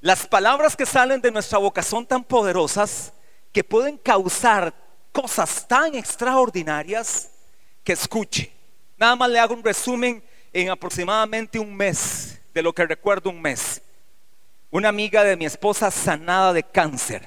Las palabras que salen de nuestra boca son tan poderosas que pueden causar cosas tan extraordinarias que escuche. Nada más le hago un resumen en aproximadamente un mes, de lo que recuerdo un mes. Una amiga de mi esposa sanada de cáncer.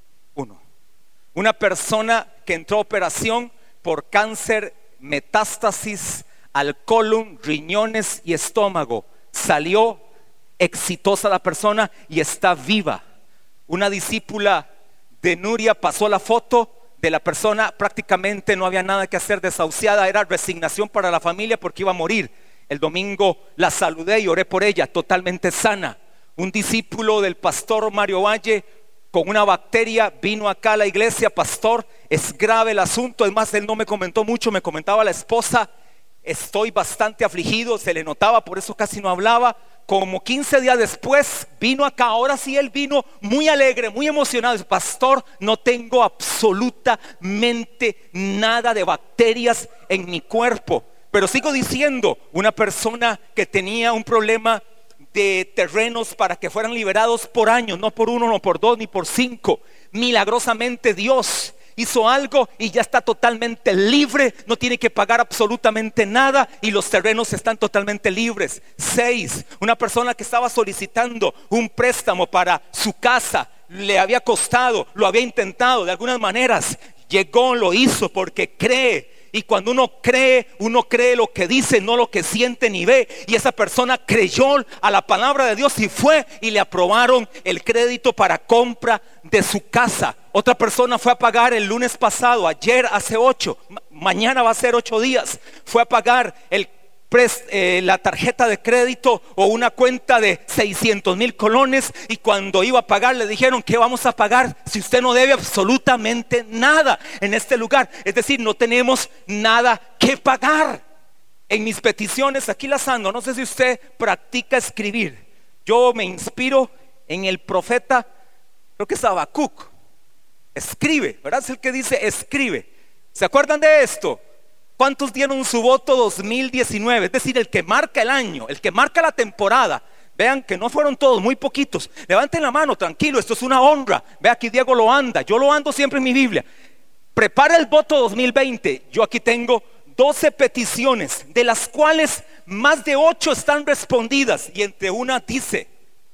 Una persona que entró a operación por cáncer, metástasis al colon, riñones y estómago. Salió exitosa la persona y está viva. Una discípula de Nuria pasó la foto de la persona, prácticamente no había nada que hacer, desahuciada, era resignación para la familia porque iba a morir. El domingo la saludé y oré por ella, totalmente sana. Un discípulo del pastor Mario Valle con una bacteria vino acá a la iglesia. Pastor, es grave el asunto. Es más, él no me comentó mucho, me comentaba la esposa: estoy bastante afligido, se le notaba, por eso casi no hablaba. Como 15 días después vino acá, ahora sí él vino muy alegre, muy emocionado. Dice: pastor, no tengo absolutamente nada de bacterias en mi cuerpo. Pero sigo diciendo, una persona que tenía un problema de terrenos para que fueran liberados por años, no por 1, no por 2, ni por 5. Milagrosamente Dios hizo algo y ya está totalmente libre, no tiene que pagar absolutamente nada y los terrenos están totalmente libres. 6, una persona que estaba solicitando un préstamo para su casa, le había costado, lo había intentado de algunas maneras, llegó, lo hizo porque cree. Y cuando uno cree lo que dice, no lo que siente ni ve. Y esa persona creyó a la palabra de Dios y fue y le aprobaron el crédito para compra de su casa. Otra persona fue a pagar el lunes pasado, ayer hace 8, mañana va a ser 8 días. Fue a pagar la tarjeta de crédito o una cuenta de 600,000 colones, y cuando iba a pagar le dijeron: ¿qué vamos a pagar si usted no debe absolutamente nada en este lugar? Es decir, no tenemos nada que pagar. En mis peticiones aquí las ando. No sé si usted practica escribir. Yo me inspiro en el profeta, creo que es Habacuc. Escribe, ¿verdad? Es el que dice escribe. ¿Se acuerdan de esto? ¿Cuántos dieron su voto 2019? Es decir, el que marca el año, el que marca la temporada. Vean que no fueron todos, muy poquitos. Levanten la mano, tranquilo, esto es una honra. Ve, aquí Diego lo anda, yo lo ando siempre en mi Biblia. Prepara el voto 2020. Yo aquí tengo 12 peticiones, de las cuales más de 8 están respondidas. Y entre una dice: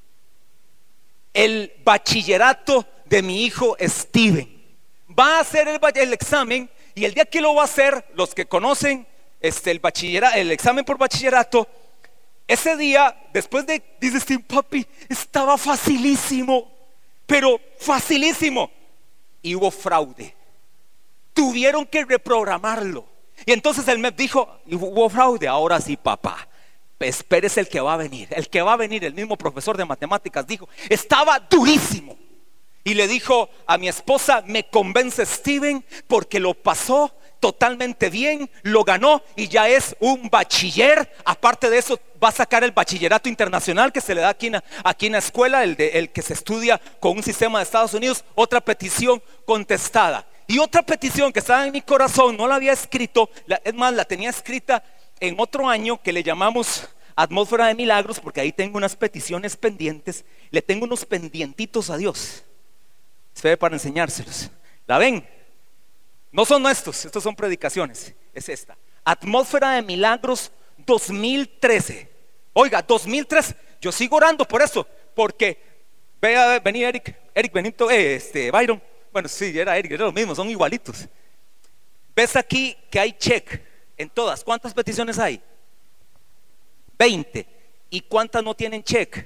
el bachillerato de mi hijo Steven. Va a hacer el examen. Y el día que lo va a hacer, los que conocen el examen por bachillerato, ese día, después de, dice Steve: papi, estaba facilísimo, pero facilísimo. Y hubo fraude. Tuvieron que reprogramarlo. Y entonces el MEP dijo: hubo fraude. Ahora sí, papá, espérese el que va a venir. El que va a venir, el mismo profesor de matemáticas dijo: estaba durísimo. Y le dijo a mi esposa: me convence Steven porque lo pasó totalmente bien, lo ganó y ya es un bachiller. Aparte de eso, va a sacar el bachillerato internacional que se le da aquí en la escuela, el que se estudia con un sistema de Estados Unidos. Otra petición contestada. Y otra petición que estaba en mi corazón, no la había escrito, es más, la tenía escrita en otro año, que le llamamos Atmósfera de Milagros, porque ahí tengo unas peticiones pendientes. Le tengo unos pendientitos a Dios. Se ve para enseñárselos. ¿La ven? No son estos son predicaciones. Es esta: Atmósfera de Milagros 2013. Oiga, 2003. Yo sigo orando por eso, porque venía Eric Benito, Byron. Bueno, sí, era Eric, era lo mismo, son igualitos. Ves aquí que hay check en todas. ¿Cuántas peticiones hay? 20. ¿Y cuántas no tienen check?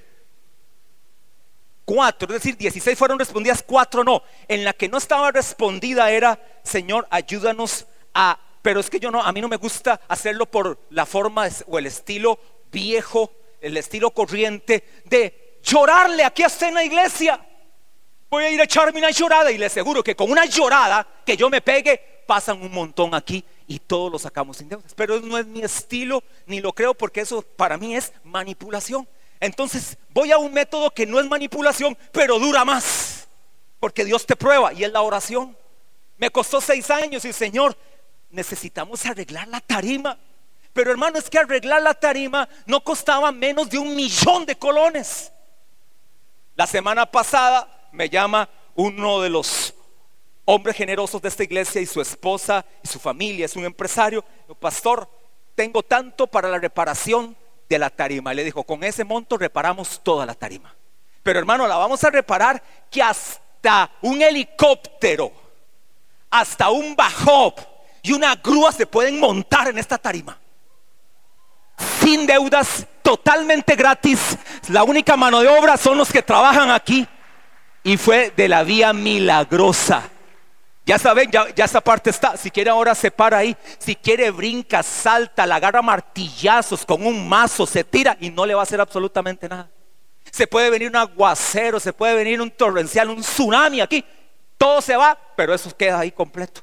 4, es decir, 16 fueron respondidas, 4 no. En la que no estaba respondida era: Señor, ayúdanos a... Pero es que a mí no me gusta hacerlo por la forma o el estilo viejo, el estilo corriente de llorarle aquí hasta en la iglesia. Voy a ir a echarme una llorada, y le aseguro que con una llorada que yo me pegue, pasan un montón aquí y todos lo sacamos sin deudas. Pero no es mi estilo, ni lo creo, porque eso para mí es manipulación. Entonces voy a un método que no es manipulación, pero dura más, porque Dios te prueba, y es la oración. Me costó 6 años y: Señor, necesitamos arreglar la tarima. Pero hermano, es que arreglar la tarima no costaba menos de 1,000,000 de colones. semana pasada me llama uno de los hombres generosos de esta iglesia y su esposa y su familia, es un empresario. Pastor, tengo tanto para la reparación de la tarima. Y le dijo, con ese monto reparamos toda la tarima. Pero hermano, la vamos a reparar que hasta un helicóptero, hasta un bajo y una grúa se pueden montar en esta tarima. Sin deudas, totalmente gratis. La única mano de obra son los que trabajan aquí. Y fue de la vía milagrosa. Ya saben, ya esa parte está. Si quiere ahora se para ahí. Si quiere brinca, salta, la agarra martillazos con un mazo, se tira y no le va a hacer absolutamente nada. Se puede venir un aguacero, se puede venir un torrencial, un tsunami aquí. Todo se va, pero eso queda ahí completo.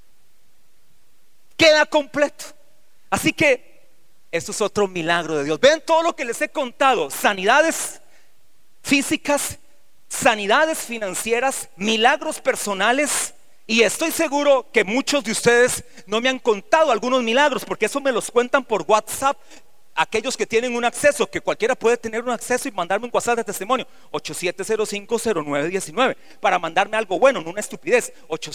Queda completo. Así que esto es otro milagro de Dios. Ven todo lo que les he contado: sanidades físicas, sanidades financieras, milagros personales. Y estoy seguro que muchos de ustedes no me han contado algunos milagros, porque eso me los cuentan por WhatsApp. Aquellos que tienen un acceso, que cualquiera puede tener un acceso y mandarme un WhatsApp de testimonio, 8705-0919, para mandarme algo bueno, no una estupidez.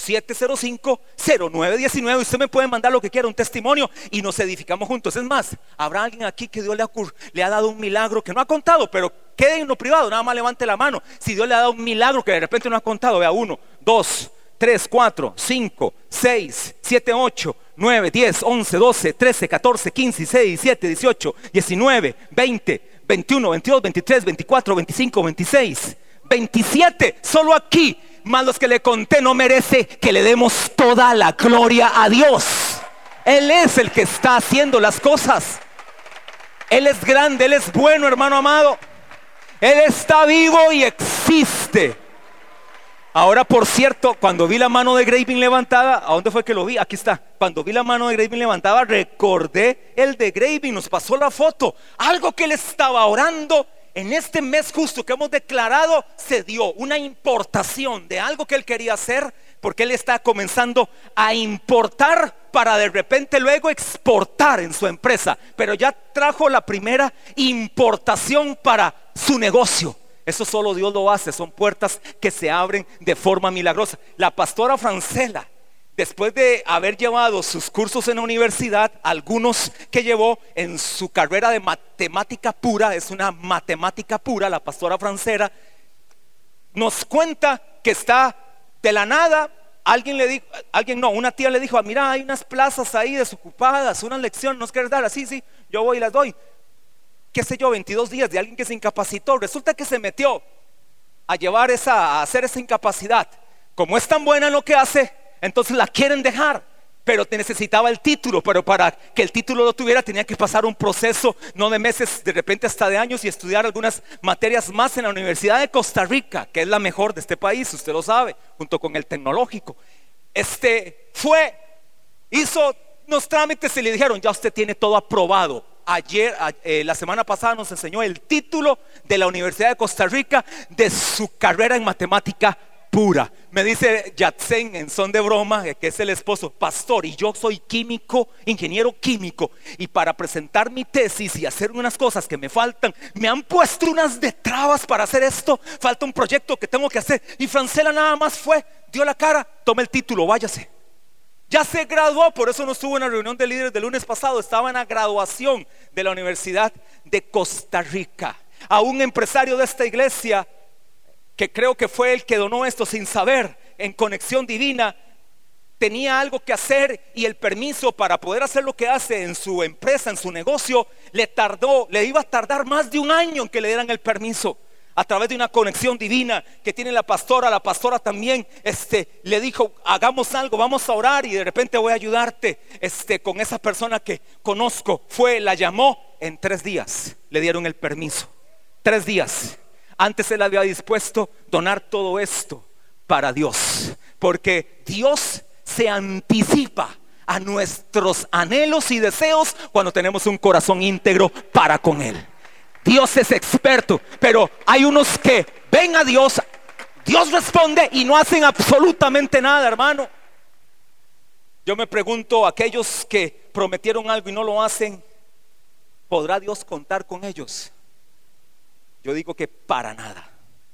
8705-0919. Usted me puede mandar lo que quiera, un testimonio, y nos edificamos juntos. Es más, habrá alguien aquí que Dios le ha dado un milagro que no ha contado, pero quede en lo privado, nada más levante la mano. Si Dios le ha dado un milagro que de repente no ha contado, vea: 1, 2, 3, 4, 5, 6, 7, 8, 9, 10, 11, 12, 13, 14, 15, 16, 17, 18, 19, 20, 21, 22, 23, 24, 25, 26, 27. Solo aquí, más los que le conté, no merece que le demos toda la gloria a Dios. Él es el que está haciendo las cosas. Él es grande, Él es bueno, hermano amado. Él está vivo y existe. Ahora, por cierto, cuando vi la mano de Graving levantada, ¿a dónde fue que lo vi? Aquí está. Cuando vi la mano de Graving levantada, recordé el de Graving. Nos pasó la foto. Algo que él estaba orando en este mes justo que hemos declarado, se dio una importación de algo que él quería hacer, porque él está comenzando a importar para de repente luego exportar en su empresa. Pero ya trajo la primera importación para su negocio. Eso solo Dios lo hace. Son puertas que se abren de forma milagrosa. La pastora Francela, después de haber llevado sus cursos en la universidad, algunos que llevó en su carrera de matemática pura, es una matemática pura, la pastora Francela, nos cuenta que está de la nada. Una tía le dijo: mira, hay unas plazas ahí desocupadas, una lección, ¿nos quieres dar? Así, sí, yo voy y las doy. Qué sé yo, 22 días de alguien que se incapacitó. Resulta que se metió a hacer esa incapacidad. Como es tan buena en lo que hace, entonces la quieren dejar. Pero te necesitaba el título. Pero para que el título lo tuviera, tenía que pasar un proceso, no de meses, de repente hasta de años, y estudiar algunas materias más en la Universidad de Costa Rica, que es la mejor de este país, usted lo sabe, junto con el tecnológico. Hizo unos trámites y le dijeron: ya usted tiene todo aprobado. La semana pasada nos enseñó el título de la Universidad de Costa Rica de su carrera en matemática pura. Me dice Yatsen en son de broma, que es el esposo: pastor, y yo soy químico, ingeniero químico, y para presentar mi tesis y hacer unas cosas que me faltan, me han puesto unas de trabas para hacer esto. Falta un proyecto que tengo que hacer. Y Francela nada más fue, dio la cara, toma el título, váyase. Ya se graduó, por eso no estuvo en la reunión de líderes del lunes pasado. Estaba en la graduación de la Universidad de Costa Rica. A un empresario de esta iglesia, que creo que fue el que donó esto sin saber, en Conexión Divina, tenía algo que hacer, y el permiso para poder hacer lo que hace en su empresa, en su negocio, le iba a tardar más de un año en que le dieran el permiso. A través de una conexión divina que tiene la pastora también le dijo: hagamos algo, vamos a orar, y de repente voy a ayudarte con esa persona que conozco. La llamó, en 3 días le dieron el permiso. 3 días. Antes él había dispuesto donar todo esto para Dios, porque Dios se anticipa a nuestros anhelos y deseos cuando tenemos un corazón íntegro para con Él. Dios es experto, pero hay unos que ven a Dios, Dios responde y no hacen absolutamente nada, hermano. Yo me pregunto, aquellos que prometieron algo y no lo hacen, ¿podrá Dios contar con ellos? Yo digo que para nada.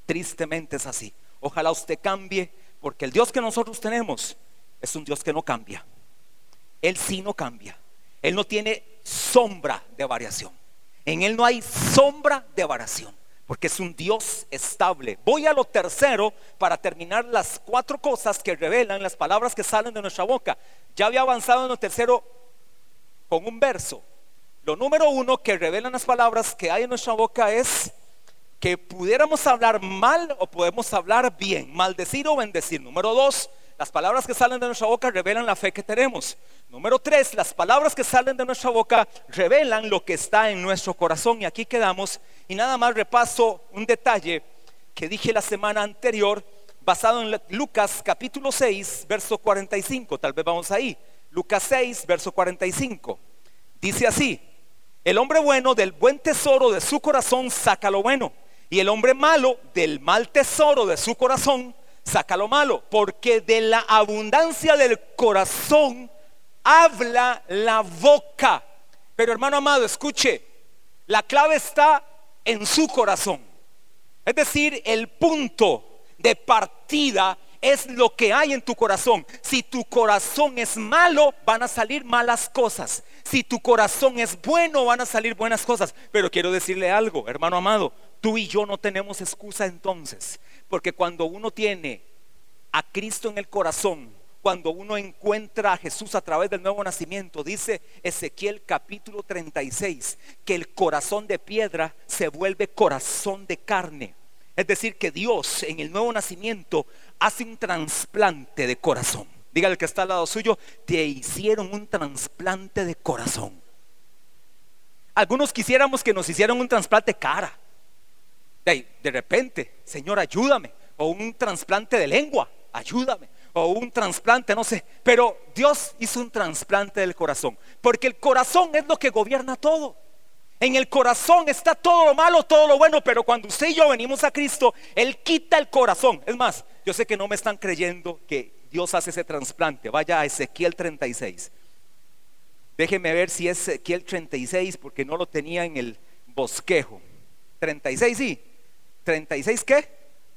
Tristemente es así. Ojalá usted cambie, porque el Dios que nosotros tenemos es un Dios que no cambia. Él sí no cambia. Él no tiene sombra de variación. En Él no hay sombra de variación, porque es un Dios estable. Voy a lo tercero para terminar las 4 cosas que revelan las palabras que salen de nuestra boca. Ya había avanzado en lo tercero con un verso. Lo número 1 que revelan las palabras que hay en nuestra boca es que pudiéramos hablar mal o podemos hablar bien, maldecir o bendecir. Número 2, las palabras que salen de nuestra boca revelan la fe que tenemos. Número 3, las palabras que salen de nuestra boca revelan lo que está en nuestro corazón. Y aquí quedamos. Y nada más repaso un detalle que dije la semana anterior, basado en Lucas capítulo 6, verso 45. Tal vez vamos ahí. Lucas 6, verso 45. Dice así: el hombre bueno del buen tesoro de su corazón saca lo bueno, y el hombre malo del mal tesoro de su corazón saca lo malo, porque de la abundancia del corazón habla la boca. Pero hermano amado, escuche, la clave está en su corazón. Es decir, el punto de partida es lo que hay en tu corazón. Si tu corazón es malo, van a salir malas cosas. Si tu corazón es bueno, van a salir buenas cosas. Pero quiero decirle algo, hermano amado, tú y yo no tenemos excusa entonces, porque cuando uno tiene a Cristo en el corazón, cuando uno encuentra a Jesús a través del nuevo nacimiento, dice Ezequiel capítulo 36 que el corazón de piedra se vuelve corazón de carne. Es decir, que Dios en el nuevo nacimiento hace un trasplante de corazón. Dígale al que está al lado suyo: te hicieron un trasplante de corazón. Algunos quisiéramos que nos hicieran un trasplante de cara. De repente, Señor, ayúdame. O un trasplante de lengua, ayúdame. O un trasplante, no sé. Pero Dios hizo un trasplante del corazón, porque el corazón es lo que gobierna todo. En el corazón está todo lo malo, todo lo bueno. Pero cuando usted y yo venimos a Cristo, Él quita el corazón. Es más, yo sé que no me están creyendo que Dios hace ese trasplante. Vaya a Ezequiel 36. Déjeme ver si es Ezequiel 36, porque no lo tenía en el bosquejo. 36, sí. 36, ¿qué?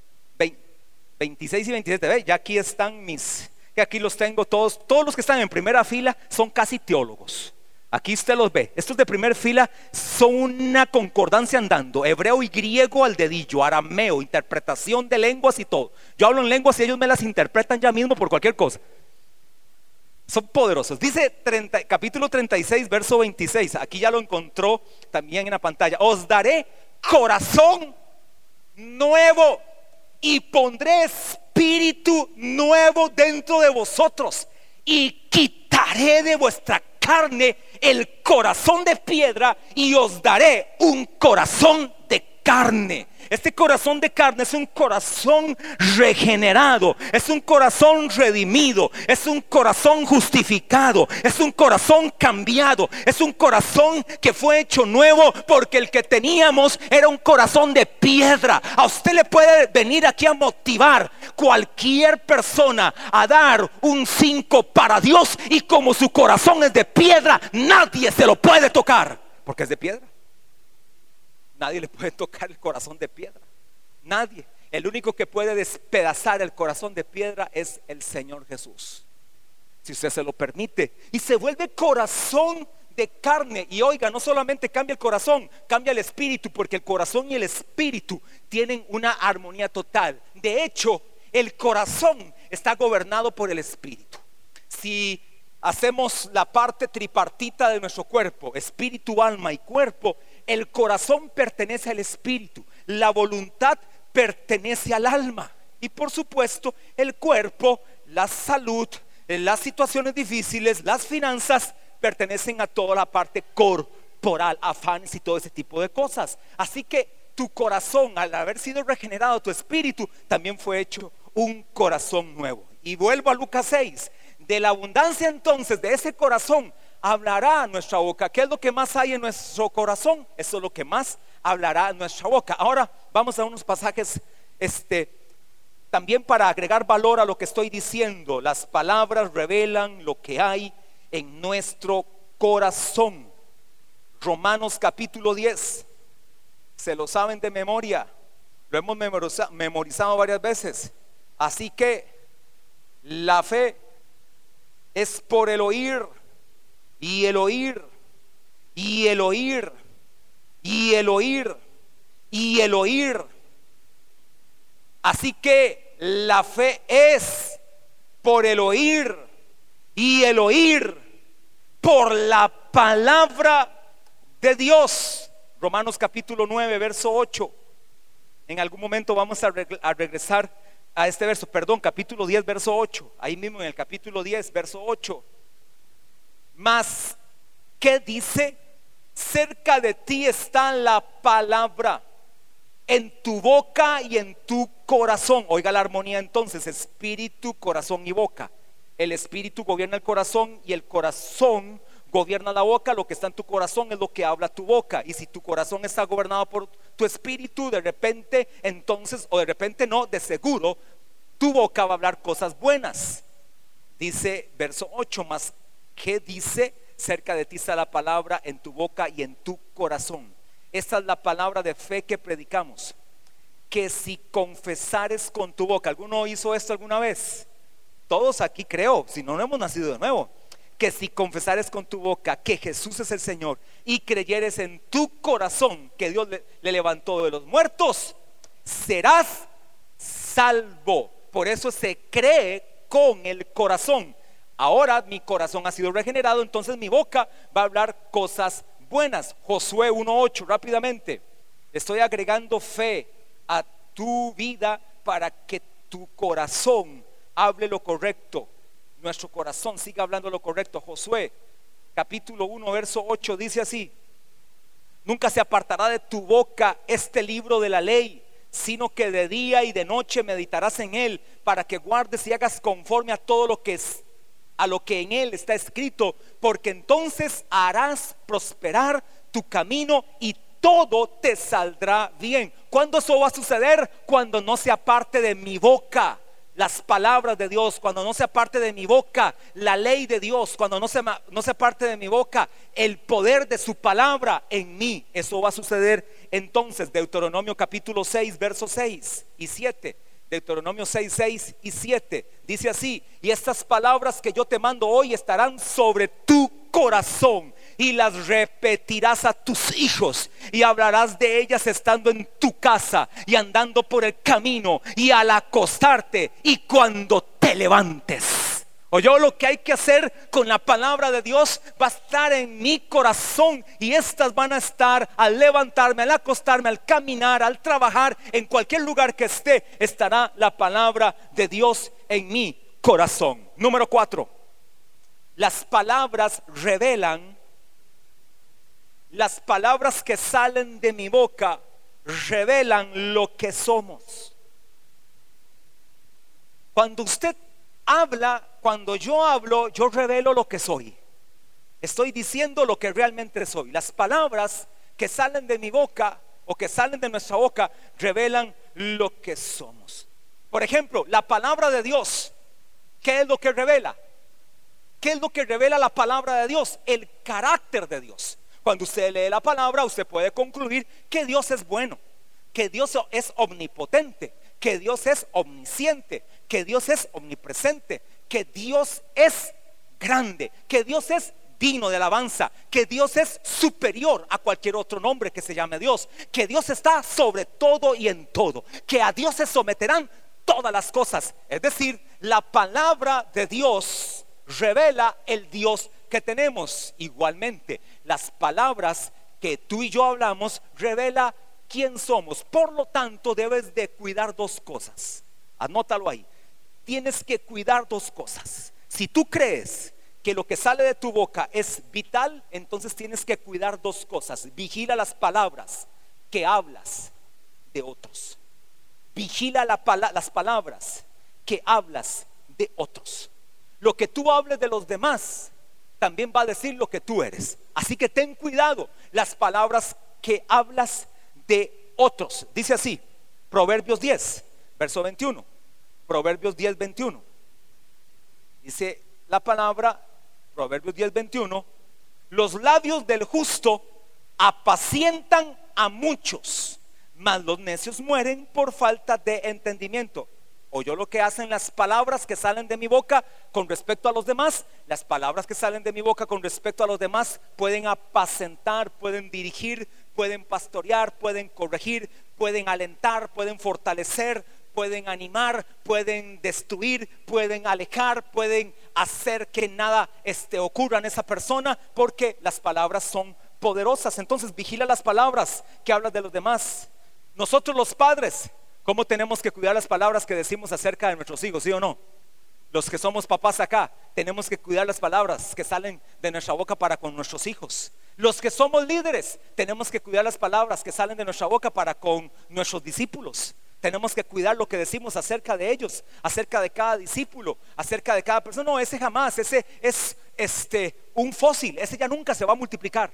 26 y 27. ¿Ve? Ya aquí están aquí los tengo todos. Todos los que están en primera fila son casi teólogos. Aquí usted los ve. Estos de primera fila son una concordancia andando. Hebreo y griego al dedillo, arameo, interpretación de lenguas y todo. Yo hablo en lenguas y ellos me las interpretan ya mismo por cualquier cosa. Son poderosos. Dice capítulo 36, verso 26. Aquí ya lo encontró también en la pantalla. Os daré corazón nuevo y pondré espíritu nuevo dentro de vosotros, y quitaré de vuestra carne el corazón de piedra y os daré un corazón de carne. Este corazón de carne es un corazón regenerado, es un corazón redimido, es un corazón justificado, es un corazón cambiado, es un corazón que fue hecho nuevo, porque el que teníamos era un corazón de piedra. A usted le puede venir aquí a motivar cualquier persona a dar un 5 para Dios, y como su corazón es de piedra, nadie se lo puede tocar, porque es de piedra. Nadie le puede tocar el corazón de piedra. Nadie. El único que puede despedazar el corazón de piedra es el Señor Jesús, si usted se lo permite. Y se vuelve corazón de carne. Y oiga, no solamente cambia el corazón, cambia el espíritu, porque el corazón y el espíritu tienen una armonía total. De hecho, el corazón está gobernado por el espíritu. Si hacemos la parte tripartita de nuestro cuerpo, espíritu, alma y cuerpo, el corazón pertenece al espíritu, la voluntad pertenece al alma, y por supuesto el cuerpo, la salud, las situaciones difíciles, las finanzas pertenecen a toda la parte corporal, afanes y todo ese tipo de cosas. Así que tu corazón, al haber sido regenerado, tu espíritu también fue hecho un corazón nuevo. Y vuelvo a Lucas 6. De la abundancia entonces de ese corazón hablará nuestra boca. ¿Qué es lo que más hay en nuestro corazón? Eso es lo que más hablará nuestra boca. Ahora vamos a unos pasajes también para agregar valor a lo que estoy diciendo. Las palabras revelan lo que hay en nuestro corazón. Romanos capítulo 10. Se lo saben de memoria. Lo hemos memorizado varias veces. Así que la fe es por el oír, y el oír, y el oír, y el oír, y el oír. Así que la fe es por el oír, y el oír por la palabra de Dios. Romanos capítulo 9, verso 8. En algún momento vamos a regresar a este verso, perdón, capítulo 10, verso 8. Ahí mismo en el capítulo 10, verso 8. Mas, ¿qué dice? Cerca de ti está la palabra, en tu boca y en tu corazón. Oiga la armonía entonces: espíritu, corazón y boca. El espíritu gobierna el corazón y el corazón gobierna la boca. Lo que está en tu corazón es lo que habla tu boca. Y si tu corazón está gobernado por tu espíritu, de repente entonces, o de repente no, de seguro tu boca va a hablar cosas buenas. Dice verso 8: más, ¿qué dice? Cerca de ti está la palabra, en tu boca y en tu corazón. Esta es la palabra de fe que predicamos: que si confesares con tu boca. ¿Alguno hizo esto alguna vez? Todos aquí creo, si no, no hemos nacido de nuevo. Que si confesares con tu boca que Jesús es el Señor y creyeres en tu corazón que Dios le levantó de los muertos, serás salvo. Por eso se cree con el corazón. Ahora mi corazón ha sido regenerado, entonces mi boca va a hablar cosas buenas. Josué 1:8, rápidamente. Estoy agregando fe a tu vida para que tu corazón hable lo correcto, nuestro corazón siga hablando lo correcto. Josué capítulo 1, verso 8 dice así: nunca se apartará de tu boca este libro de la ley, sino que de día y de noche meditarás en él, para que guardes y hagas conforme a todo lo que es, a lo que en él está escrito, porque entonces harás prosperar tu camino y todo te saldrá bien. ¿Cuándo eso va a suceder? Cuando no se aparte de mi boca las palabras de Dios, cuando no se aparte de mi boca la ley de Dios, cuando no se aparte de mi boca el poder de su palabra en mí. Eso va a suceder entonces. Deuteronomio capítulo 6, versos 6 y 7. Deuteronomio 6, 6 y 7 dice así: y estas palabras que yo te mando hoy estarán sobre tu corazón, y las repetirás a tus hijos, y hablarás de ellas estando en tu casa y andando por el camino y al acostarte y cuando te levantes. Oyó, lo que hay que hacer con la palabra de Dios va a estar en mi corazón, y estas van a estar al levantarme, al acostarme, al caminar, al trabajar, en cualquier lugar que esté, estará la palabra de Dios en mi corazón. Número 4, las palabras revelan. Las palabras que salen de mi boca revelan lo que somos. Cuando usted habla, cuando yo hablo, yo revelo lo que soy. Estoy diciendo lo que realmente soy. Las palabras que salen de mi boca o que salen de nuestra boca revelan lo que somos. Por ejemplo, la palabra de Dios, ¿qué es lo que revela? ¿Qué es lo que revela la palabra de Dios? El carácter de Dios. Cuando usted lee la palabra, usted puede concluir que Dios es bueno, que Dios es omnipotente, que Dios es omnisciente, que Dios es omnipresente, que Dios es grande, que Dios es digno de alabanza, que Dios es superior a cualquier otro nombre que se llame Dios, que Dios está sobre todo y en todo, que a Dios se someterán todas las cosas. Es decir, la palabra de Dios revela el Dios que tenemos. Igualmente, las palabras que tú y yo hablamos revela quién somos. Por lo tanto, debes de cuidar dos cosas. Anótalo ahí. Tienes que cuidar dos cosas. Si tú crees que lo que sale de tu boca es vital, entonces tienes que cuidar dos cosas. Vigila las palabras que hablas de otros. Vigila las palabras que hablas de otros. Lo que tú hables de los demás también va a decir lo que tú eres. Así que ten cuidado las palabras que hablas de otros. Dice así, Proverbios 10, verso 21. Proverbios 10, 21. Dice la palabra, Proverbios 10, 21: los labios del justo apacientan a muchos, mas los necios mueren por falta de entendimiento. ¿Oyó lo que hacen las palabras que salen de mi boca con respecto a los demás? Las palabras que salen de mi boca con respecto a los demás pueden apacentar, pueden dirigir, pueden pastorear, pueden corregir, pueden alentar, pueden fortalecer, pueden animar, pueden destruir, pueden alejar, pueden hacer que nada ocurra en esa persona, porque las palabras son poderosas. Entonces vigila las palabras que hablas de los demás. Nosotros los padres, ¿cómo tenemos que cuidar las palabras que decimos acerca de nuestros hijos? ¿Sí o no? Los que somos papás acá, tenemos que cuidar las palabras que salen de nuestra boca para con nuestros hijos. Los que somos líderes, tenemos que cuidar las palabras que salen de nuestra boca para con nuestros discípulos. Tenemos que cuidar lo que decimos acerca de ellos, acerca de cada discípulo, acerca de cada persona. No, ese jamás, ese es un fósil, ese ya nunca se va a multiplicar.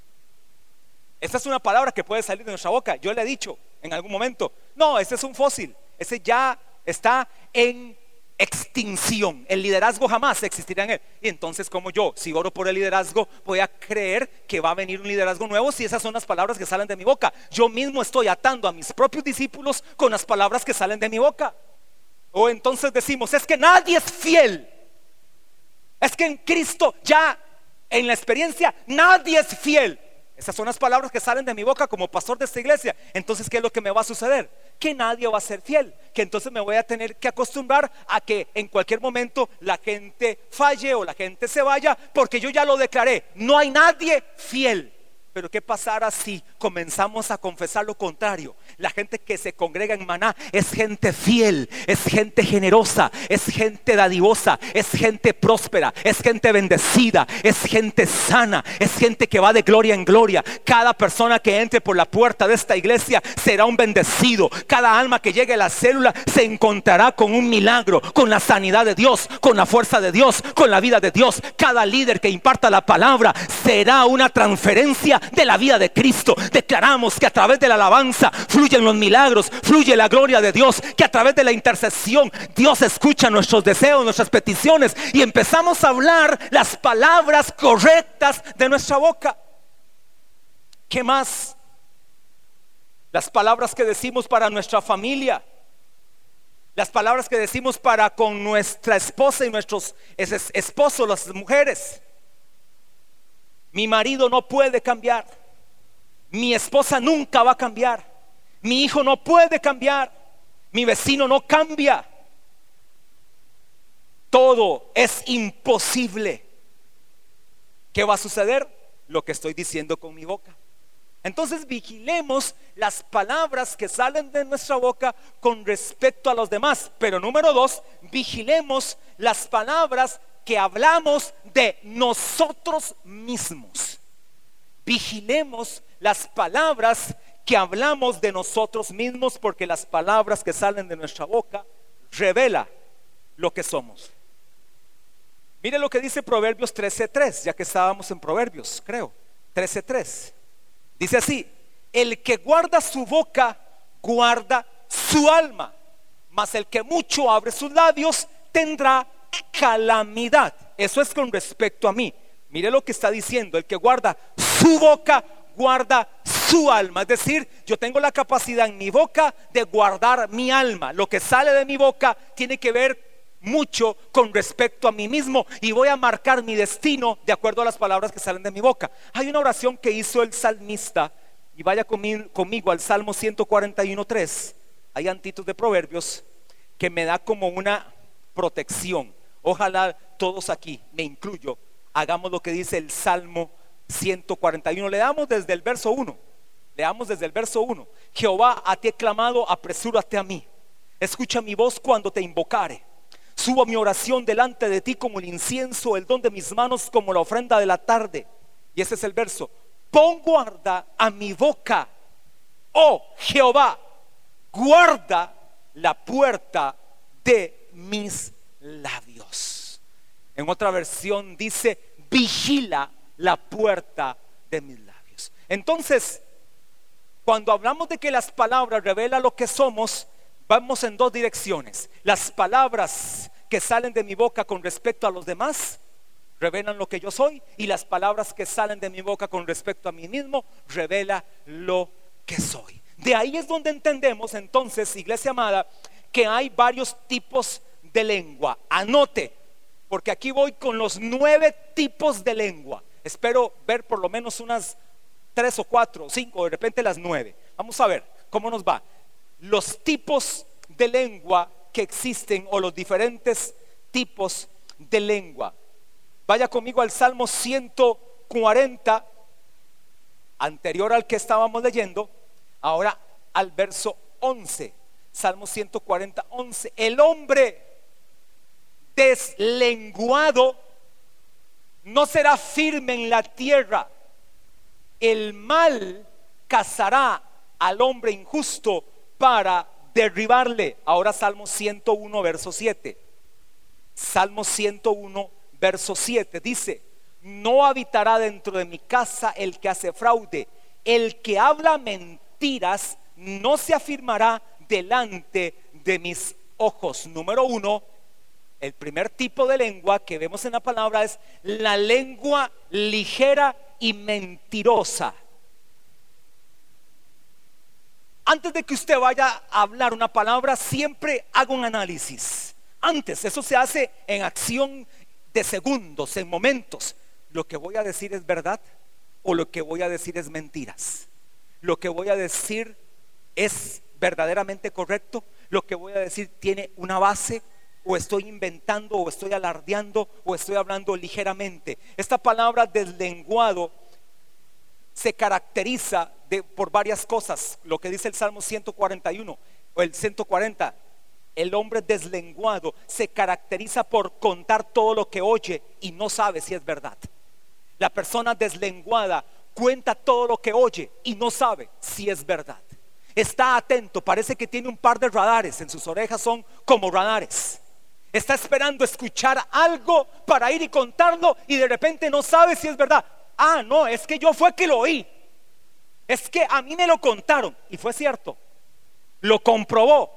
Esta es una palabra que puede salir de nuestra boca. Yo le he dicho en algún momento, no, ese es un fósil, ese ya está en extinción. El liderazgo jamás existirá en él. Y entonces, como yo, si oro por el liderazgo, voy a creer que va a venir un liderazgo nuevo si esas son las palabras que salen de mi boca. Yo mismo estoy atando a mis propios discípulos con las palabras que salen de mi boca. O entonces decimos, es que nadie es fiel, es que en Cristo ya, en la experiencia, nadie es fiel. Esas son las palabras que salen de mi boca como pastor de esta iglesia. Entonces, ¿qué es lo que me va a suceder? Que nadie va a ser fiel, que entonces me voy a tener que acostumbrar a que en cualquier momento la gente falle o la gente se vaya, porque yo ya lo declaré, no hay nadie fiel. Pero ¿qué pasará si comenzamos a confesar lo contrario? La gente que se congrega en Maná es gente fiel, es gente generosa, es gente dadivosa, es gente próspera, es gente bendecida, es gente sana, es gente que va de gloria en gloria. Cada persona que entre por la puerta de esta iglesia será un bendecido. Cada alma que llegue a la célula se encontrará con un milagro, con la sanidad de Dios, con la fuerza de Dios, con la vida de Dios. Cada líder que imparta la palabra será una transferencia de la vida de Cristo. Declaramos que a través de la alabanza fluyen los milagros, fluye la gloria de Dios, que a través de la intercesión Dios escucha nuestros deseos, nuestras peticiones, y empezamos a hablar las palabras correctas de nuestra boca. ¿Qué más? Las palabras que decimos para nuestra familia, las palabras que decimos para con nuestra esposa y nuestros esposos, las mujeres. Mi marido no puede cambiar, mi esposa nunca va a cambiar, mi hijo no puede cambiar, mi vecino no cambia. Todo es imposible. ¿Qué va a suceder? Lo que estoy diciendo con mi boca. Entonces vigilemos las palabras que salen de nuestra boca con respecto a los demás. Pero número 2, vigilemos las palabras que hablamos de nosotros mismos. Vigilemos las palabras que hablamos de nosotros mismos, porque las palabras que salen de nuestra boca revelan lo que somos. Mire lo que dice Proverbios 13:3, ya que estábamos en Proverbios, creo, 13:3. Dice así: el que guarda su boca guarda su alma, mas el que mucho abre sus labios tendrá calamidad. Eso es con respecto a mí. Mire lo que está diciendo: el que guarda su boca guarda su alma. Es decir, yo tengo la capacidad en mi boca de guardar mi alma. Lo que sale de mi boca tiene que ver mucho con respecto a mí mismo, y voy a marcar mi destino de acuerdo a las palabras que salen de mi boca. Hay una oración que hizo el salmista, y vaya conmigo al Salmo 141:3. Hay antitos de Proverbios que me da como una protección. Ojalá todos aquí, me incluyo, hagamos lo que dice el Salmo 141. Leamos desde el verso 1. Leamos desde el verso 1. Jehová, a ti he clamado, apresúrate a mí. Escucha mi voz cuando te invocare. Subo mi oración delante de ti como el incienso, el don de mis manos como la ofrenda de la tarde. Y ese es el verso. Pon guarda a mi boca, oh Jehová, guarda la puerta de mis labios. En otra versión dice: vigila la puerta de mis labios. Entonces, cuando hablamos de que las palabras revelan lo que somos, vamos en dos direcciones. Las palabras que salen de mi boca con respecto a los demás revelan lo que yo soy, y las palabras que salen de mi boca con respecto a mí mismo revelan lo que soy. De ahí es donde entendemos entonces, iglesia amada, que hay varios tipos de lengua. Anote, porque aquí voy con los 9 tipos de lengua. Espero ver por lo menos unas 3 o 4 o 5, de repente las 9. Vamos a ver cómo nos va. Los tipos de lengua que existen, o los diferentes tipos de lengua. Vaya conmigo al Salmo 140, anterior al que estábamos leyendo, ahora al verso 11. Salmo 140, 11. El hombre deslenguado no será firme en la tierra. El mal cazará al hombre injusto para derribarle. Ahora Salmo 101 verso 7. Salmo 101 verso 7 dice: no habitará dentro de mi casa el que hace fraude, el que habla mentiras no se afirmará delante de mis ojos. Número 1, el primer tipo de lengua que vemos en la palabra es la lengua ligera y mentirosa. Antes de que usted vaya a hablar una palabra, siempre haga un análisis. Antes, eso se hace en acción de segundos, en momentos. ¿Lo que voy a decir es verdad o lo que voy a decir es mentiras? ¿Lo que voy a decir es verdaderamente correcto? ¿Lo que voy a decir tiene una base? ¿O estoy inventando, o estoy alardeando, o estoy hablando ligeramente? Esta palabra deslenguado se caracteriza por varias cosas. Lo que dice el Salmo 141 o el 140, el hombre deslenguado se caracteriza por contar todo lo que oye y no sabe si es verdad. La persona deslenguada cuenta todo lo que oye y no sabe si es verdad. Está atento, parece que tiene un par de radares en sus orejas, son como radares. Está esperando escuchar algo para ir y contarlo, y de repente no sabe si es verdad. Ah, no, es que yo fue que lo oí, es que a mí me lo contaron y fue cierto. Lo comprobó,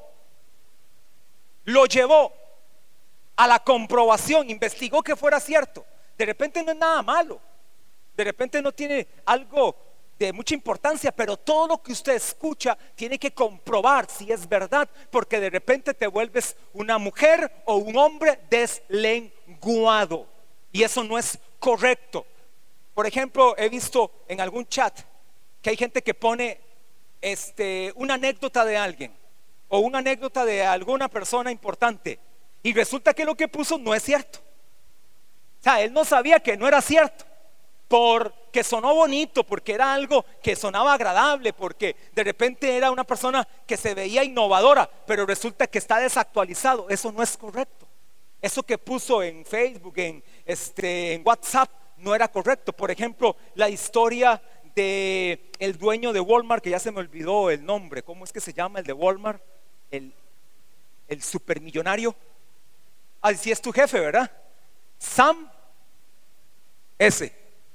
lo llevó a la comprobación, investigó que fuera cierto. De repente no es nada malo, de repente no tiene algo de mucha importancia, pero todo lo que usted escucha tiene que comprobar si es verdad, porque de repente te vuelves una mujer o un hombre deslenguado y eso no es correcto. Por ejemplo, he visto en algún chat que hay gente que pone una anécdota de alguien o una anécdota de alguna persona importante, y resulta que lo que puso no es cierto. O sea, él no sabía que no era cierto, porque sonó bonito, porque era algo que sonaba agradable, porque de repente era una persona que se veía innovadora, pero resulta que está desactualizado. Eso no es correcto. Eso que puso en Facebook, en WhatsApp, no era correcto. Por ejemplo, la historia de el dueño de Walmart, que ya se me olvidó el nombre. ¿Cómo es que se llama el de Walmart? El supermillonario. Así es tu jefe, ¿verdad? Sam S.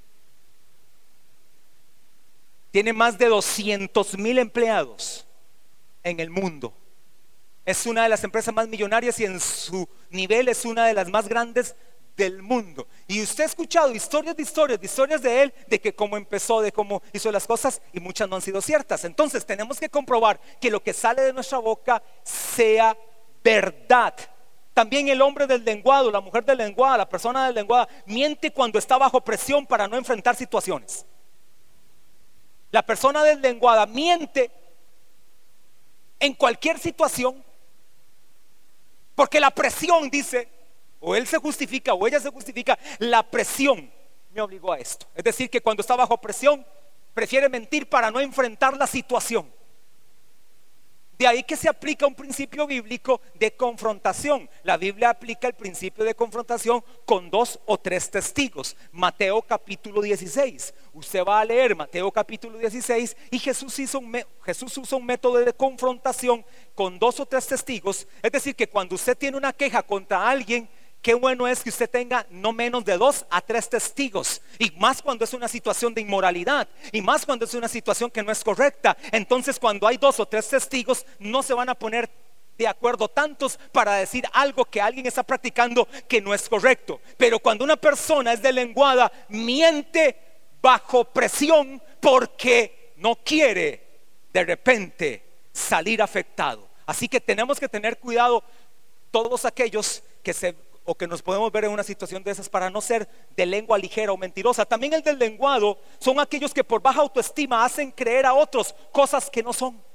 Tiene más de 200,000 empleados en el mundo. Es una de las empresas más millonarias y en su nivel es una de las más grandes del mundo. Y usted ha escuchado historias de él, de que cómo empezó, de cómo hizo las cosas, y muchas no han sido ciertas. Entonces tenemos que comprobar que lo que sale de nuestra boca sea verdad. También el hombre deslenguado, la mujer deslenguada, la persona deslenguada miente cuando está bajo presión para no enfrentar situaciones. La persona deslenguada miente en cualquier situación porque la presión, dice, o él se justifica o ella se justifica, la presión me obligó a esto. Es decir, que cuando está bajo presión prefiere mentir para no enfrentar la situación. De ahí que se aplica un principio bíblico de confrontación. La Biblia aplica el principio de confrontación con 2 o 3 testigos. Mateo capítulo 16. Usted va a leer Mateo capítulo 16 y Jesús usa un método de confrontación con 2 o 3 testigos. Es decir, que cuando usted tiene una queja contra alguien, qué bueno es que usted tenga no menos de 2 a 3 testigos, y más cuando es una situación de inmoralidad, y más cuando es una situación que no es correcta. Entonces, cuando hay 2 o 3 testigos, no se van a poner de acuerdo tantos para decir algo que alguien está practicando que no es correcto. Pero cuando una persona es deslenguada, miente bajo presión porque no quiere de repente salir afectado. Así que tenemos que tener cuidado todos aquellos que nos podemos ver en una situación de esas, para no ser de lengua ligera o mentirosa. También el del lenguado son aquellos que por baja autoestima hacen creer a otros cosas que no son.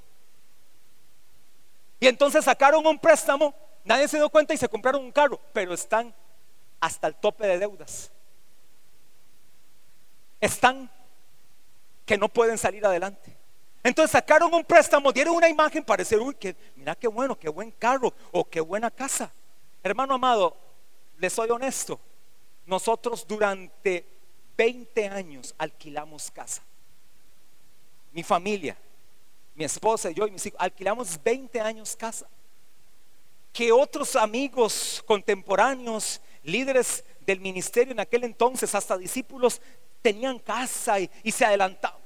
Y entonces sacaron un préstamo, nadie se dio cuenta y se compraron un carro, pero están hasta el tope de deudas. Están que no pueden salir adelante. Entonces sacaron un préstamo, dieron una imagen para decir, uy, mira qué bueno, qué buen carro o qué buena casa. Hermano amado, les soy honesto, nosotros durante 20 años alquilamos casa. Mi familia, mi esposa, yo y mis hijos, alquilamos 20 años casa. Que otros amigos contemporáneos, líderes del ministerio en aquel entonces, hasta discípulos, tenían casa y se adelantaban.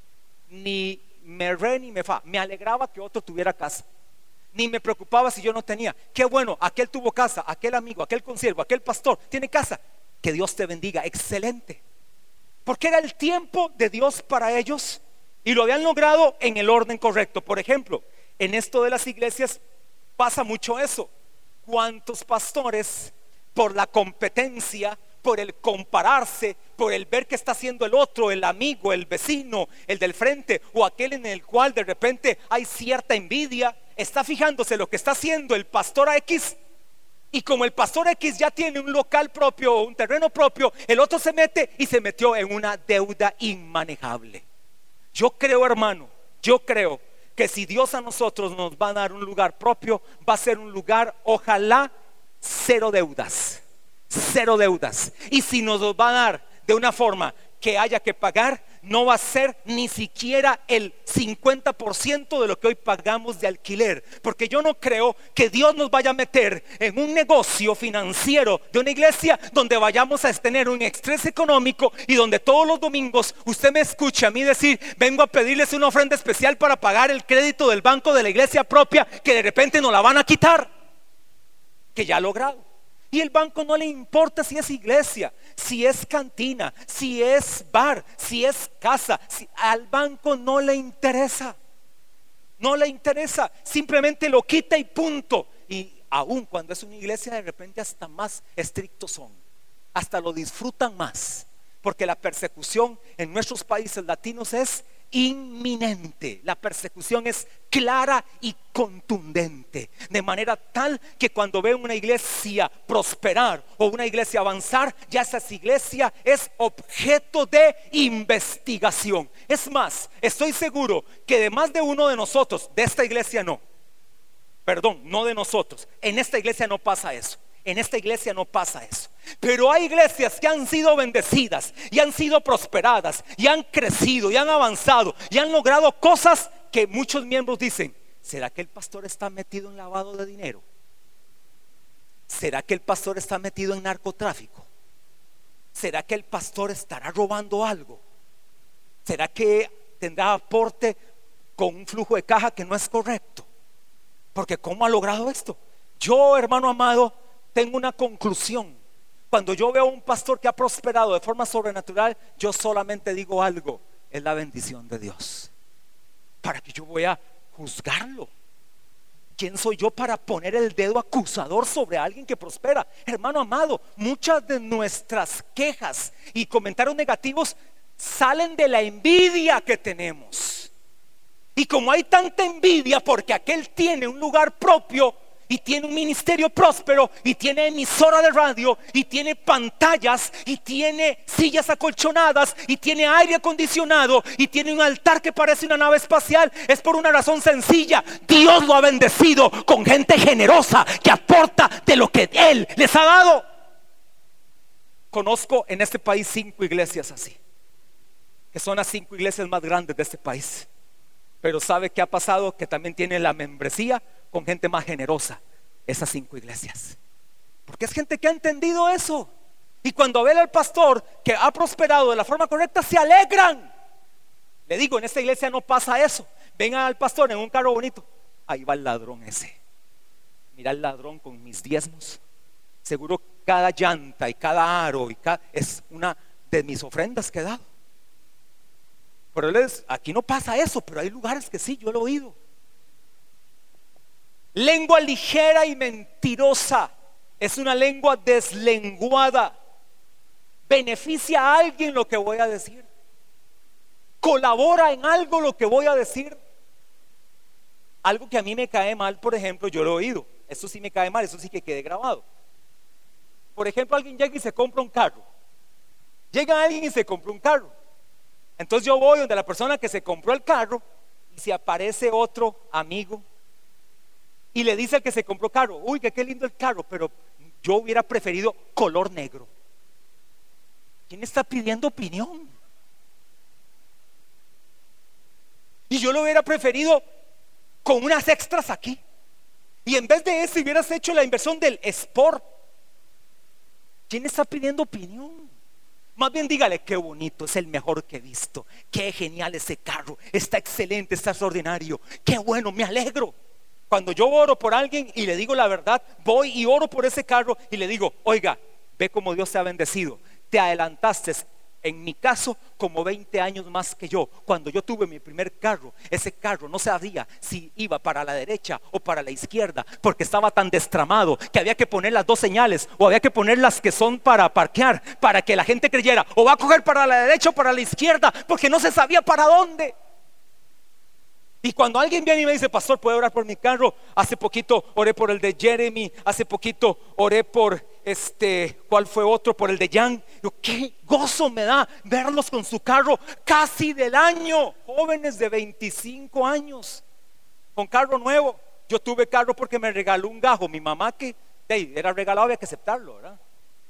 Ni me re ni me fa, me alegraba que otro tuviera casa. Ni me preocupaba si yo no tenía. Qué bueno, aquel tuvo casa, aquel amigo, aquel consiervo, aquel pastor tiene casa. Que Dios te bendiga, excelente. Porque era el tiempo de Dios para ellos y lo habían logrado en el orden correcto. Por ejemplo, en esto de las iglesias pasa mucho eso. ¿Cuántos pastores, por la competencia, por el compararse, por el ver que está haciendo el otro, el amigo, el vecino, el del frente, o aquel en el cual de repente hay cierta envidia, está fijándose lo que está haciendo el pastor X? Y como el pastor X ya tiene un local propio, un terreno propio, el otro se mete y se metió en una deuda inmanejable. Yo creo, hermano, que si Dios a nosotros nos va a dar un lugar propio, va a ser un lugar, ojalá, cero deudas. Cero deudas. Y si nos lo va a dar de una forma que haya que pagar, no va a ser ni siquiera el 50% de lo que hoy pagamos de alquiler. Porque yo no creo que Dios nos vaya a meter en un negocio financiero de una iglesia donde vayamos a tener un estrés económico y donde todos los domingos usted me escucha a mí decir, vengo a pedirles una ofrenda especial para pagar el crédito del banco de la iglesia propia, que de repente nos la van a quitar, que ya ha logrado. Y el banco no le importa si es iglesia, si es cantina, si es bar, si es casa. Al banco no le interesa. No le interesa. Simplemente lo quita y punto. Y aún cuando es una iglesia, de repente hasta más estrictos son. Hasta lo disfrutan más. Porque la persecución en nuestros países latinos es inminente. La persecución es clara y contundente, de manera tal que cuando ven una iglesia prosperar o una iglesia avanzar, ya esa iglesia es objeto de investigación. Es más, estoy seguro que de más de uno de nosotros, de esta iglesia no de nosotros, en esta iglesia no pasa eso. En esta iglesia no pasa eso. Pero hay iglesias que han sido bendecidas y han sido prosperadas y han crecido y han avanzado y han logrado cosas que muchos miembros dicen, ¿será que el pastor está metido en lavado de dinero? ¿Será que el pastor está metido en narcotráfico? ¿Será que el pastor estará robando algo? ¿Será que tendrá aporte con un flujo de caja que no es correcto? Porque ¿cómo ha logrado esto? Yo, hermano amado, tengo una conclusión. Cuando yo veo a un pastor que ha prosperado de forma sobrenatural, yo solamente digo algo: es la bendición de Dios. ¿Para qué yo voy a juzgarlo? ¿Quién soy yo para poner el dedo acusador sobre alguien que prospera? Hermano amado, muchas de nuestras quejas y comentarios negativos salen de la envidia que tenemos. Y como hay tanta envidia porque aquel tiene un lugar propio y tiene un ministerio próspero y tiene emisora de radio y tiene pantallas y tiene sillas acolchonadas y tiene aire acondicionado y tiene un altar que parece una nave espacial, es por una razón sencilla: Dios lo ha bendecido con gente generosa que aporta de lo que Él les ha dado. Conozco en este país 5 iglesias así, que son las 5 iglesias más grandes de este país. Pero ¿sabe qué ha pasado? Que también tiene la membresía con gente más generosa, esas 5 iglesias. Porque es gente que ha entendido eso. Y cuando ven al pastor que ha prosperado de la forma correcta, se alegran. Le digo, en esta iglesia no pasa eso. Vengan al pastor en un carro bonito, ahí va el ladrón ese. Mira el ladrón con mis diezmos. Seguro cada llanta y cada aro es una de mis ofrendas que he dado. Pero aquí no pasa eso, pero hay lugares que sí, yo lo he oído. Lengua ligera y mentirosa es una lengua deslenguada. Beneficia a alguien lo que voy a decir. Colabora en algo lo que voy a decir. Algo que a mí me cae mal, por ejemplo, yo lo he oído. Eso sí me cae mal, eso sí que quede grabado. Por ejemplo, alguien llega y se compra un carro. Llega alguien y se compra un carro. Entonces yo voy donde la persona que se compró el carro y se aparece otro amigo y le dice al que se compró carro: uy, qué lindo el carro, pero yo hubiera preferido color negro. ¿Quién está pidiendo opinión? Y yo lo hubiera preferido con unas extras aquí. Y en vez de eso hubieras hecho la inversión del Sport. ¿Quién está pidiendo opinión? Más bien dígale: qué bonito, es el mejor que he visto, qué genial ese carro, está excelente, está extraordinario, qué bueno, me alegro. Cuando yo oro por alguien y le digo la verdad, voy y oro por ese carro y le digo: oiga, ve cómo Dios te ha bendecido, te adelantaste, en mi caso, como 20 años más que yo. Cuando yo tuve mi primer carro, ese carro no sabía si iba para la derecha o para la izquierda, porque estaba tan destramado que había que poner las dos señales, o había que poner las que son para parquear, para que la gente creyera o va a coger para la derecha o para la izquierda, porque no se sabía para dónde. Y cuando alguien viene y me dice: pastor, ¿puede orar por mi carro? Hace poquito oré por el de Jeremy, hace poquito oré por ¿cuál fue otro? Por el de Jan. Yo, qué gozo me da verlos con su carro casi del año, jóvenes de 25 años con carro nuevo. Yo tuve carro porque me regaló un gajo mi mamá, que era regalado, había que aceptarlo, ¿verdad?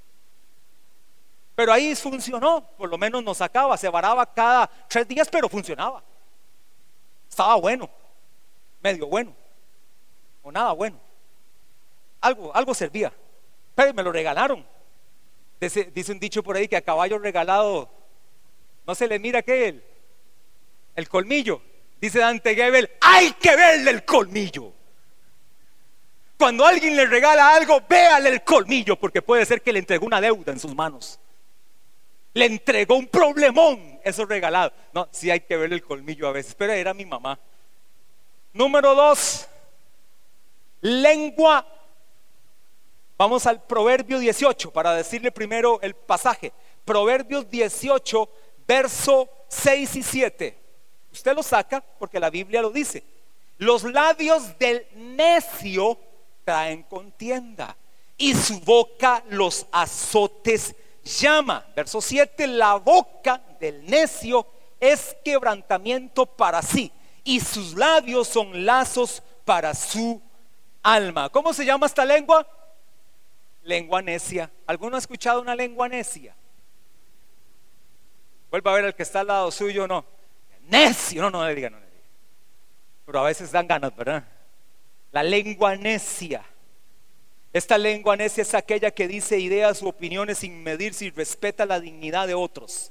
Pero ahí funcionó, por lo menos nos sacaba, se varaba cada 3 días, pero funcionaba. Estaba bueno, medio bueno, o nada bueno. Algo servía, pero me lo regalaron. Dice un dicho por ahí que a caballo regalado no se le mira que el colmillo. Dice Dante Gebel: hay que verle el colmillo. Cuando alguien le regala algo, véale el colmillo, porque puede ser que le entregó una deuda en sus manos, le entregó un problemón, eso regalado. No, sí hay que verle el colmillo a veces, pero era mi mamá. Número 2, lengua. Vamos al Proverbio 18 para decirle primero el pasaje. Proverbios 18, verso 6 y 7. Usted lo saca porque la Biblia lo dice: los labios del necio traen contienda, y su boca los azotes llama. Verso 7: la boca del necio es quebrantamiento para sí, y sus labios son lazos para su alma. ¿Cómo se llama esta lengua? Lengua necia. ¿Alguno ha escuchado una lengua necia? Vuelva a ver al que está al lado suyo. No, necio, no le diga, no le diga. Pero a veces dan ganas, ¿verdad? La lengua necia. Esta lengua necia es aquella que dice ideas u opiniones sin medirse y respeta la dignidad de otros.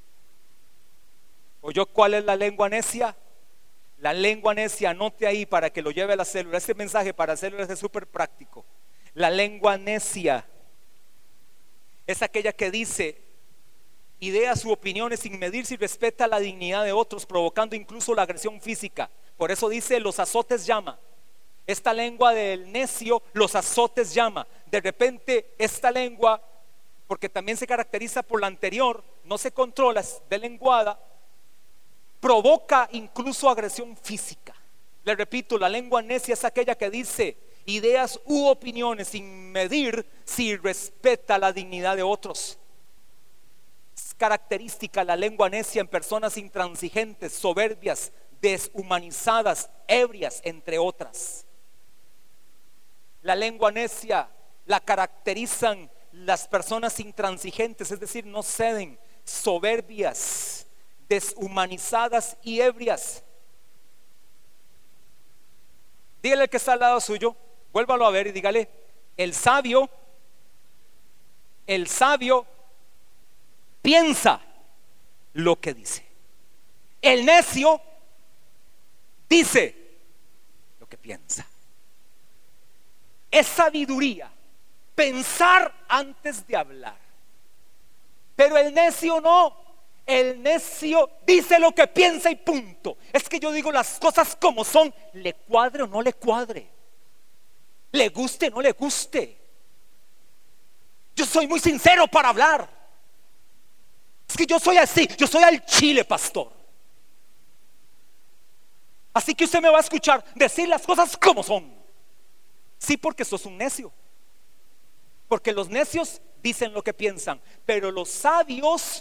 ¿Oyó cuál es la lengua necia? La lengua necia, anote ahí para que lo lleve a la célula. Este mensaje para células es súper práctico. La lengua necia es aquella que dice ideas u opiniones sin medirse y respeta la dignidad de otros, provocando incluso la agresión física. Por eso dice: los azotes llama. Esta lengua del necio, los azotes llama. De repente esta lengua, porque también se caracteriza por la anterior, no se controla, es deslenguada, provoca incluso agresión física. Le repito, la lengua necia es aquella que dice ideas u opiniones sin medir si respeta la dignidad de otros. Es característica la lengua necia en personas intransigentes, soberbias, deshumanizadas, ebrias, entre otras. La lengua necia la caracterizan las personas intransigentes, es decir, no ceden, soberbias, deshumanizadas y ebrias. Dígale al que está al lado suyo, vuélvalo a ver y dígale: el sabio piensa lo que dice. El necio dice lo que piensa. Es sabiduría pensar antes de hablar, pero el necio no. El necio dice lo que piensa y punto. Es que yo digo las cosas como son, le cuadre o no le cuadre, le guste o no le guste. Yo soy muy sincero para hablar. Es que yo soy así, yo soy al chile, pastor. Así que usted me va a escuchar decir las cosas como son. Sí, porque sos un necio. Porque los necios dicen lo que piensan, pero los sabios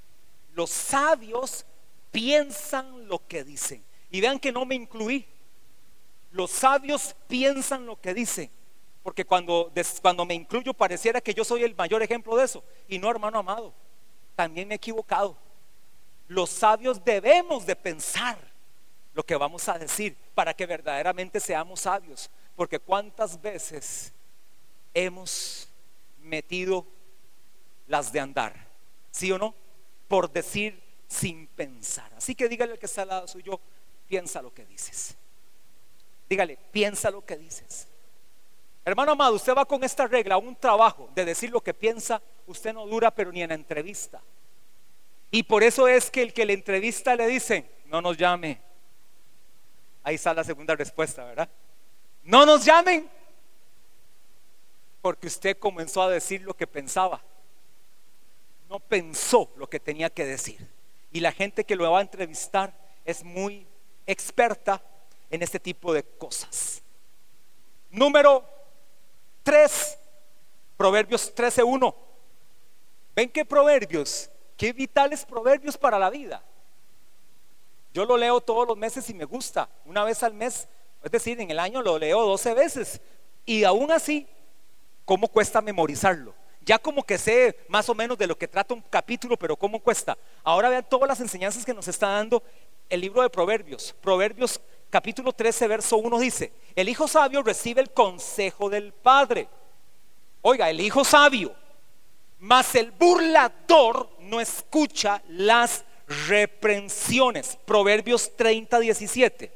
piensan lo que dicen. Y vean que no me incluí. Los sabios piensan lo que dicen. Porque cuando me incluyo pareciera que yo soy el mayor ejemplo de eso. Y no, hermano amado, también me he equivocado. Los sabios debemos de pensar lo que vamos a decir para que verdaderamente seamos sabios. Porque cuántas veces hemos metido las de andar, ¿sí o no? Por decir sin pensar. Así que dígale al que está al lado suyo, piensa lo que dices. Dígale, piensa lo que dices. Hermano amado, usted va con esta regla a un trabajo de decir lo que piensa, usted no dura pero ni en la entrevista. Y por eso es que el que le entrevista le dice, no nos llame. Ahí está la segunda respuesta, ¿verdad? No nos llamen, porque usted comenzó a decir lo que pensaba. No pensó lo que tenía que decir. Y la gente que lo va a entrevistar es muy experta en este tipo de cosas. Número 3, Proverbios 13:1. ¿Ven qué proverbios? Qué vitales proverbios para la vida. Yo lo leo todos los meses y me gusta. Una vez al mes, es decir, en el año lo leo 12 veces. Y aún así, ¿cómo cuesta memorizarlo? Ya como que sé más o menos de lo que trata un capítulo, pero ¿cómo cuesta? Ahora vean todas las enseñanzas que nos está dando el libro de Proverbios. Proverbios capítulo 13 verso 1 dice: el hijo sabio recibe el consejo del padre. Oiga, el hijo sabio, mas el burlador no escucha las reprensiones. Proverbios 30:17.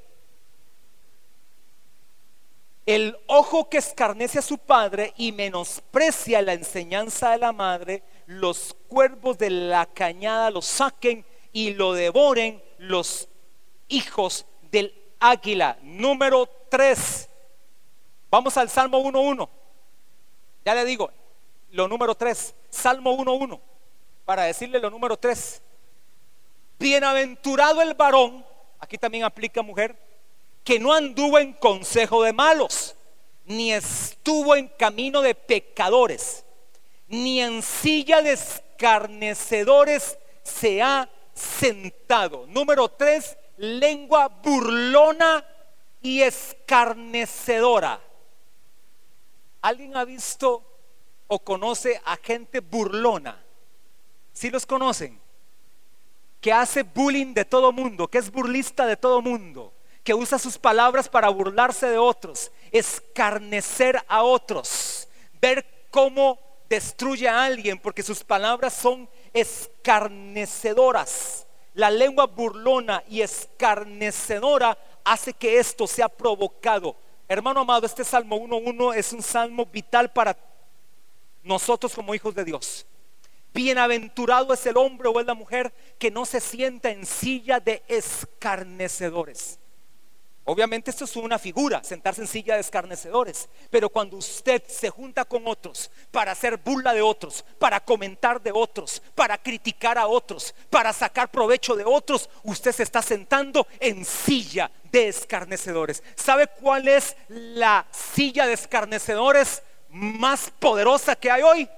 El ojo que escarnece a su padre y menosprecia la enseñanza de la madre, los cuervos de la cañada lo saquen y lo devoren los hijos del águila. Número 3. Vamos al Salmo 1:1. Ya le digo, lo número 3, Salmo 1:1, para decirle lo número 3. Bienaventurado el varón, aquí también aplica mujer, que no anduvo en consejo de malos, ni estuvo en camino de pecadores, ni en silla de escarnecedores se ha sentado. Número 3, lengua burlona y escarnecedora. ¿Alguien ha visto o conoce a gente burlona? ¿Sí los conocen? Que hace bullying de todo mundo, que es burlista de todo mundo, que usa sus palabras para burlarse de otros, escarnecer a otros, ver cómo destruye a alguien porque sus palabras son escarnecedoras. La lengua burlona y escarnecedora hace que esto sea provocado. Hermano amado, este Salmo 1:1 es un salmo vital para nosotros como hijos de Dios. Bienaventurado es el hombre o es la mujer que no se sienta en silla de escarnecedores. Obviamente esto es una figura, sentarse en silla de escarnecedores. Pero cuando usted se junta con otros para hacer burla de otros, para comentar de otros, para criticar a otros, para sacar provecho de otros, usted se está sentando en silla de escarnecedores. ¿Sabe cuál es la silla de escarnecedores más poderosa que hay hoy?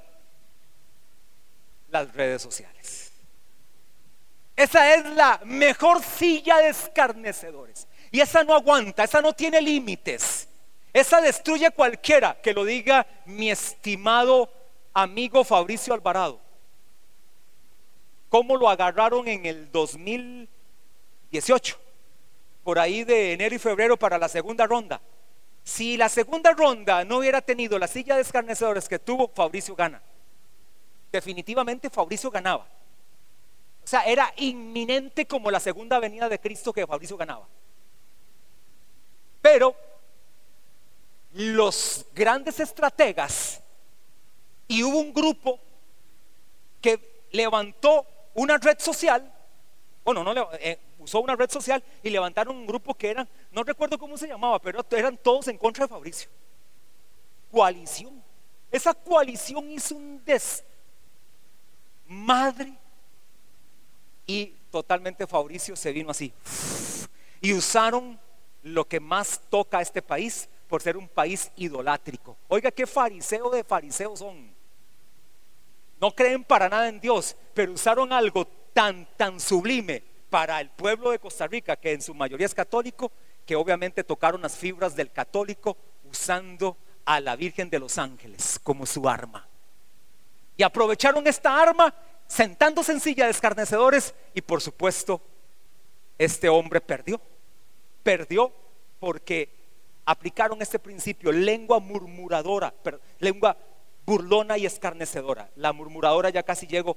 Las redes sociales. Esa es la mejor silla de escarnecedores. Y esa no aguanta, esa no tiene límites. Esa destruye a cualquiera, que lo diga mi estimado amigo Fabricio Alvarado. ¿Cómo lo agarraron en el 2018? Por ahí de enero y febrero para la segunda ronda. Si la segunda ronda no hubiera tenido la silla de escarnecedores que tuvo, Fabricio gana. Definitivamente Fabricio ganaba. O sea, era inminente como la segunda venida de Cristo que Fabricio ganaba. Pero los grandes estrategas, y hubo un grupo que levantó una red social. Bueno, no, usó una red social y levantaron un grupo que eran, no recuerdo cómo se llamaba, pero eran todos en contra de Fabricio. Coalición. Esa coalición hizo un desmadre y totalmente Fabricio se vino así. Y usaron lo que más toca a este país por ser un país idolátrico. Oiga, qué fariseo de fariseos son. No creen para nada en Dios, pero usaron algo tan sublime para el pueblo de Costa Rica, que en su mayoría es católico, que obviamente tocaron las fibras del católico usando a la Virgen de los Ángeles como su arma. Y aprovecharon esta arma sentándose en silla de escarnecedores, y por supuesto este hombre perdió porque aplicaron este principio: lengua murmuradora, lengua burlona y escarnecedora. La murmuradora ya casi llego,